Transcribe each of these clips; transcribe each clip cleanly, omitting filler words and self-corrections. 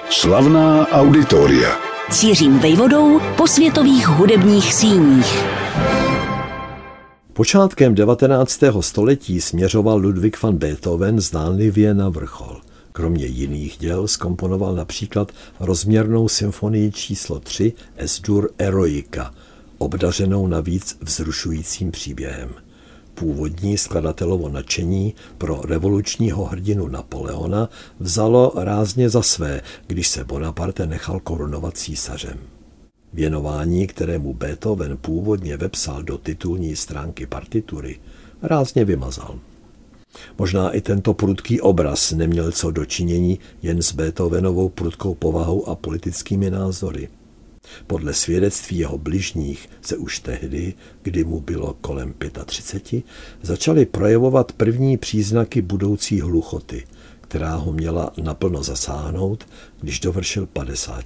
Slavná auditoria. Cířím vejvodou po světových hudebních síních. Počátkem 19. století směřoval Ludwig van Beethoven zdánlivě na vrchol. Kromě jiných děl zkomponoval například rozměrnou symfonii číslo 3 Es-dur Eroica, obdařenou navíc vzrušujícím příběhem. Původní skladatelovo nadšení pro revolučního hrdinu Napoleona vzalo rázně za své, když se Bonaparte nechal korunovat císařem. Věnování, kterému Beethoven původně vepsal do titulní stránky partitury, rázně vymazal. Možná i tento prudký obraz neměl co dočinění jen s Beethovenovou prudkou povahou a politickými názory. Podle svědectví jeho bližních se už tehdy, kdy mu bylo kolem 35, začaly projevovat první příznaky budoucí hluchoty, která ho měla naplno zasáhnout, když dovršil 50.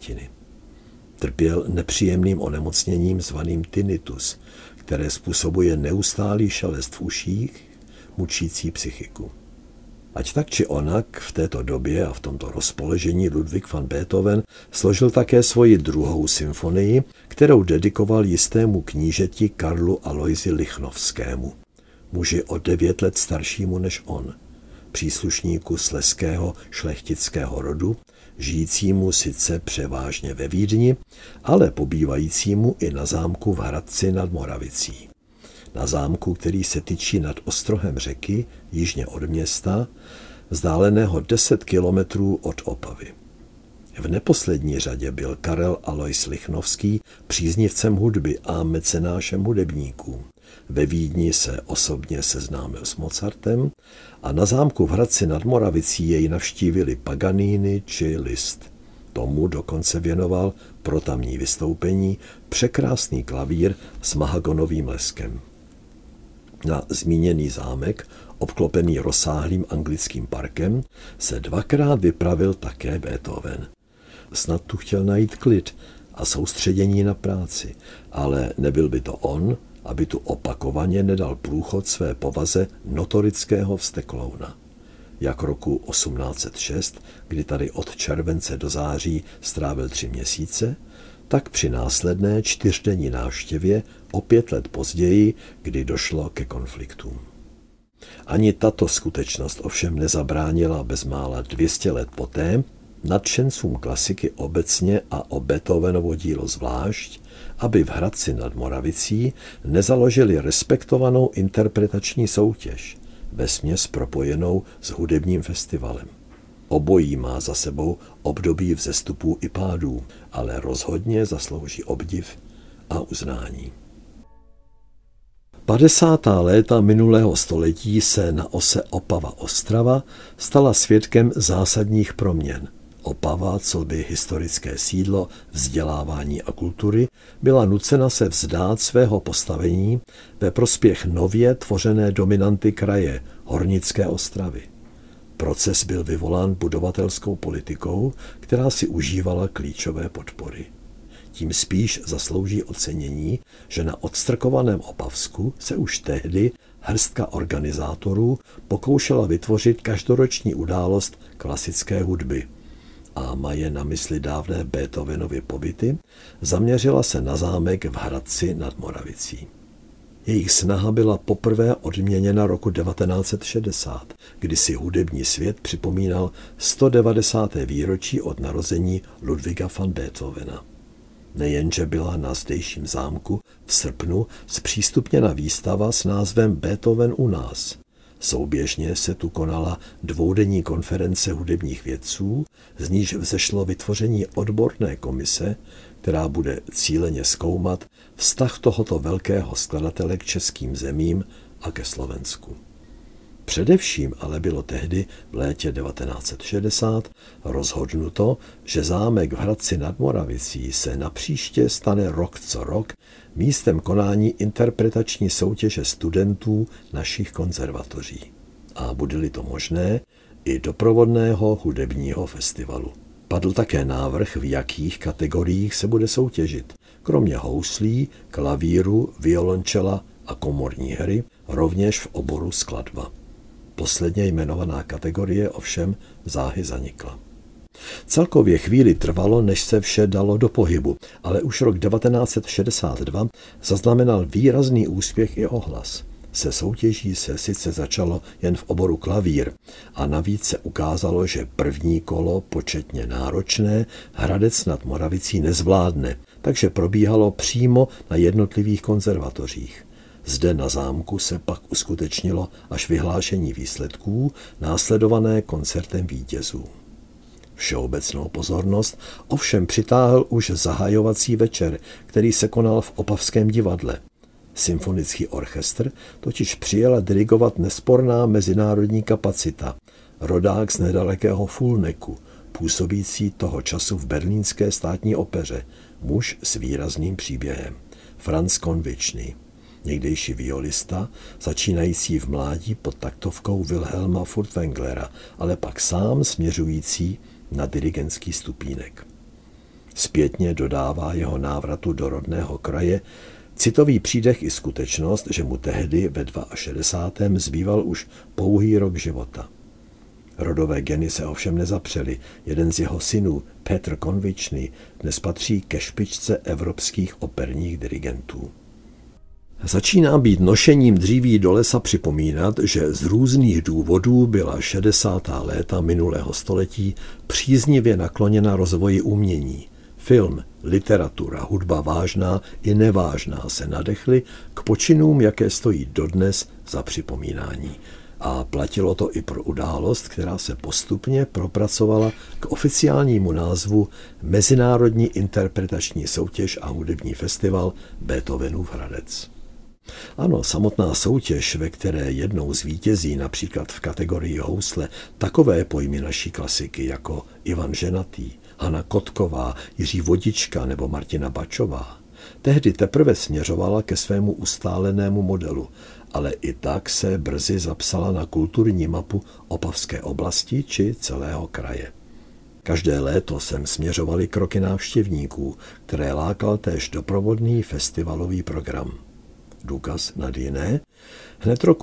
Trpěl nepříjemným onemocněním zvaným tinnitus, které způsobuje neustálý šelest v uších, mučící psychiku. Ať tak či onak, v této době a v tomto rozpoložení Ludwig van Beethoven složil také svoji druhou symfonii, kterou dedikoval jistému knížeti Karlu Alojzi Lichnowskému, muži o 9 let staršímu než on, příslušníku slezského šlechtického rodu, žijícímu sice převážně ve Vídni, ale pobývajícímu i na zámku v Hradci nad Moravicí. Na zámku, který se tyčí nad ostrohem řeky, jižně od města, vzdáleného 10 kilometrů od Opavy. V neposlední řadě byl Karel Alojz Lichnowský příznivcem hudby a mecenášem hudebníků. Ve Vídni se osobně seznámil s Mozartem a na zámku v Hradci nad Moravicí jej navštívili Paganini či Liszt. Tomu dokonce věnoval pro tamní vystoupení překrásný klavír s mahagonovým leskem. Na zmíněný zámek, obklopený rozsáhlým anglickým parkem, se 2krát vypravil také Beethoven. Snad tu chtěl najít klid a soustředění na práci, ale nebyl by to on, aby tu opakovaně nedal průchod své povaze notorického vzteklouna. Jak roku 1806, kdy tady od července do září strávil 3 měsíce, tak při následné 4denní návštěvě o 5 let později, kdy došlo ke konfliktům. Ani tato skutečnost ovšem nezabránila bezmála 200 let poté nadšencům klasiky obecně a o Beethovenovo dílo zvlášť, aby v Hradci nad Moravicí nezaložili respektovanou interpretační soutěž, vesměs propojenou s hudebním festivalem. Obojí má za sebou období vzestupů i pádů, ale rozhodně zaslouží obdiv a uznání. 50. léta minulého století se na ose Opava-Ostrava stala svědkem zásadních proměn. Opava, coby historické sídlo vzdělávání a kultury, byla nucena se vzdát svého postavení ve prospěch nově tvořené dominanty kraje, Hornické Ostravy. Proces byl vyvolán budovatelskou politikou, která si užívala klíčové podpory. Tím spíš zaslouží ocenění, že na odstrkovaném Opavsku se už tehdy hrstka organizátorů pokoušela vytvořit každoroční událost klasické hudby a maje na mysli dávné Beethovenovy pobyty, zaměřila se na zámek v Hradci nad Moravicí. Jejich snaha byla poprvé odměněna roku 1960, kdy si hudební svět připomínal 190. výročí od narození Ludwiga van Beethovena. Nejenže byla na zdejším zámku v srpnu zpřístupněna výstava s názvem Beethoven u nás. Souběžně se tu konala 2denní konference hudebních vědců, z níž vzešlo vytvoření odborné komise, která bude cíleně zkoumat vztah tohoto velkého skladatele k českým zemím a ke Slovensku. Především ale bylo tehdy v létě 1960 rozhodnuto, že zámek v Hradci nad Moravicí se napříště stane rok co rok místem konání interpretační soutěže studentů našich konzervatoří. A bude-li to možné, i doprovodného hudebního festivalu. Padl také návrh, v jakých kategoriích se bude soutěžit, kromě houslí, klavíru, violončela a komorní hry, rovněž v oboru skladba. Posledně jmenovaná kategorie ovšem záhy zanikla. Celkově chvíli trvalo, než se vše dalo do pohybu, ale už rok 1962 zaznamenal výrazný úspěch i ohlas. Se soutěží se sice začalo jen v oboru klavír a navíc se ukázalo, že první kolo, početně náročné, Hradec nad Moravicí nezvládne, takže probíhalo přímo na jednotlivých konzervatořích. Zde na zámku se pak uskutečnilo až vyhlášení výsledků, následované koncertem vítězů. Všeobecnou pozornost ovšem přitáhl už zahajovací večer, který se konal v Opavském divadle. Symfonický orchestr totiž přijela dirigovat nesporná mezinárodní kapacita, rodák z nedalekého Fulneku, působící toho času v berlínské státní opeře, muž s výrazným příběhem, Franz Konvičný, někdejší violista, začínající v mládí pod taktovkou Wilhelma Furtwänglera, ale pak sám směřující na dirigentský stupínek. Zpětně dodává jeho návratu do rodného kraje citový přídech i skutečnost, že mu tehdy ve 62. zbýval už pouhý rok života. Rodové geny se ovšem nezapřely. Jeden z jeho synů, Petr Konvičný, dnes patří ke špičce evropských operních dirigentů. Začíná být nošením dříví do lesa připomínat, že z různých důvodů byla 60. léta minulého století příznivě nakloněna rozvoji umění. Film, literatura, hudba vážná i nevážná se nadechly k počinům, jaké stojí dodnes za připomínání. A platilo to i pro událost, která se postupně propracovala k oficiálnímu názvu Mezinárodní interpretační soutěž a hudební festival Beethovenův Hradec. Ano, samotná soutěž, ve které jednou zvítězí například v kategorii housle takové pojmy naší klasiky jako Ivan Ženatý, Hana Kotková, Jiří Vodička nebo Martina Bačová, tehdy teprve směřovala ke svému ustálenému modelu, ale i tak se brzy zapsala na kulturní mapu Opavské oblasti či celého kraje. Každé léto sem směřovaly kroky návštěvníků, které lákal též doprovodný festivalový program. Důkaz nad jiné, hned roku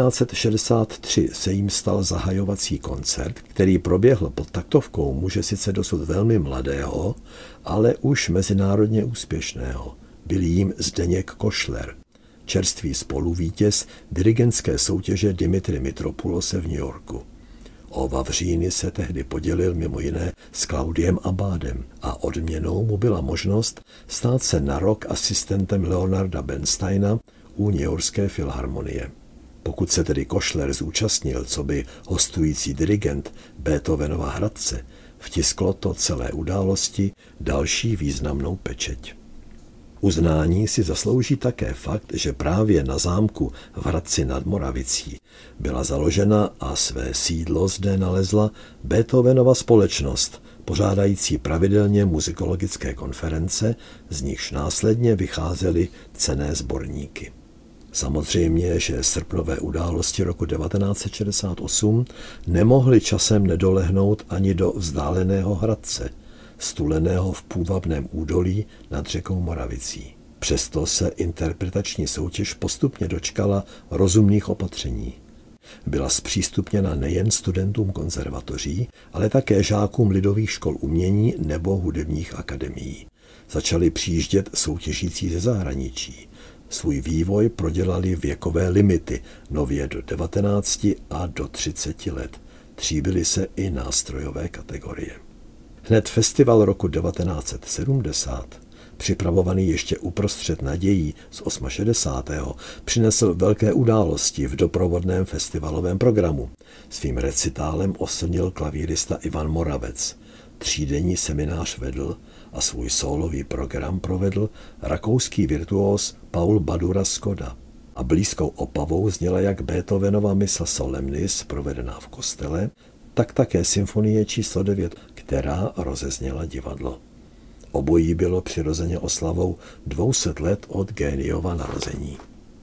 1963 se jim stal zahajovací koncert, který proběhl pod taktovkou muže sice dosud velmi mladého, ale už mezinárodně úspěšného. Byl jím Zdeněk Košler, čerstvý spoluvítěz dirigentské soutěže Dimitri Mitropulose v New Yorku. O vavříny se tehdy podělil mimo jiné s Claudiem Abádem a odměnou mu byla možnost stát se na rok asistentem Leonarda Bernsteina u Newyorské filharmonie. Pokud se tedy Košler zúčastnil coby hostující dirigent Beethovenova Hradce, vtisklo to celé události další významnou pečeť. Uznání si zaslouží také fakt, že právě na zámku v Hradci nad Moravicí byla založena a své sídlo zde nalezla Beethovenova společnost, pořádající pravidelně muzikologické konference, z nichž následně vycházely cenné sborníky. Samozřejmě, že srpnové události roku 1968 nemohly časem nedolehnout ani do vzdáleného Hradce, stuleného v půvabném údolí nad řekou Moravicí. Přesto se interpretační soutěž postupně dočkala rozumných opatření. Byla zpřístupněna nejen studentům konzervatoří, ale také žákům lidových škol umění nebo hudebních akademií. Začali přijíždět soutěžící ze zahraničí. Svůj vývoj prodělali věkové limity, nově do 19 a do 30 let. Tříbily se i nástrojové kategorie. Hned festival roku 1970, připravovaný ještě uprostřed nadějí z 68. přinesl velké události v doprovodném festivalovém programu. Svým recitálem oslnil klavírista Ivan Moravec. Třídenní seminář vedl a svůj sólový program provedl rakouský virtuóz Paul Badura Skoda. A blízkou Opavou zněla jak Beethovenova missa solemnis, provedená v kostele, tak také symfonie číslo 9, která rozezněla divadlo. Obojí bylo přirozeně oslavou 200 let od géniova narození.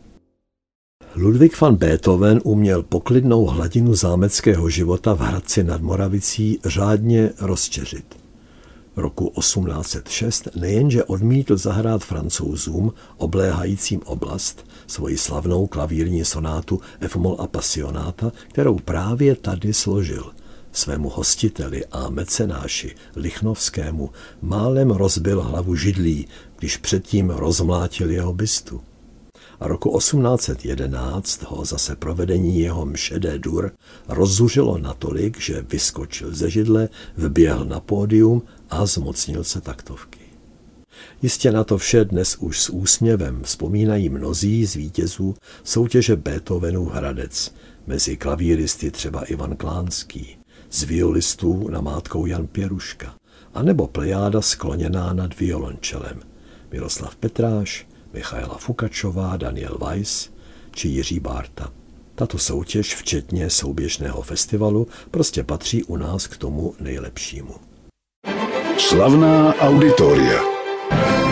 Ludwig van Beethoven uměl poklidnou hladinu zámeckého života v Hradci nad Moravicí řádně rozčeřit. Roku 1806 nejenže odmítl zahrát Francouzům obléhajícím oblast svoji slavnou klavírní sonátu F-moll Appassionata, kterou právě tady složil. svému hostiteli a mecenáši Lichnovskému málem rozbil hlavu židlí, když předtím rozmlátil jeho bystu. A roku 1811 ho zase provedení jeho mše D-dur rozzuřilo natolik, že vyskočil ze židle, vběhl na pódium a zmocnil se taktovky. Jistě na to vše dnes už s úsměvem vzpomínají mnozí z vítězů soutěže Beethovenův Hradec, mezi klavíristy třeba Ivan Klánský, z violistů namátkou Jan Pěruška, anebo plejáda skloněná nad violončelem Miroslav Petráš, Michaela Fukačová, Daniel Weiss či Jiří Bárta. Tato soutěž, včetně souběžného festivalu, prostě patří u nás k tomu nejlepšímu. Slavná auditoria.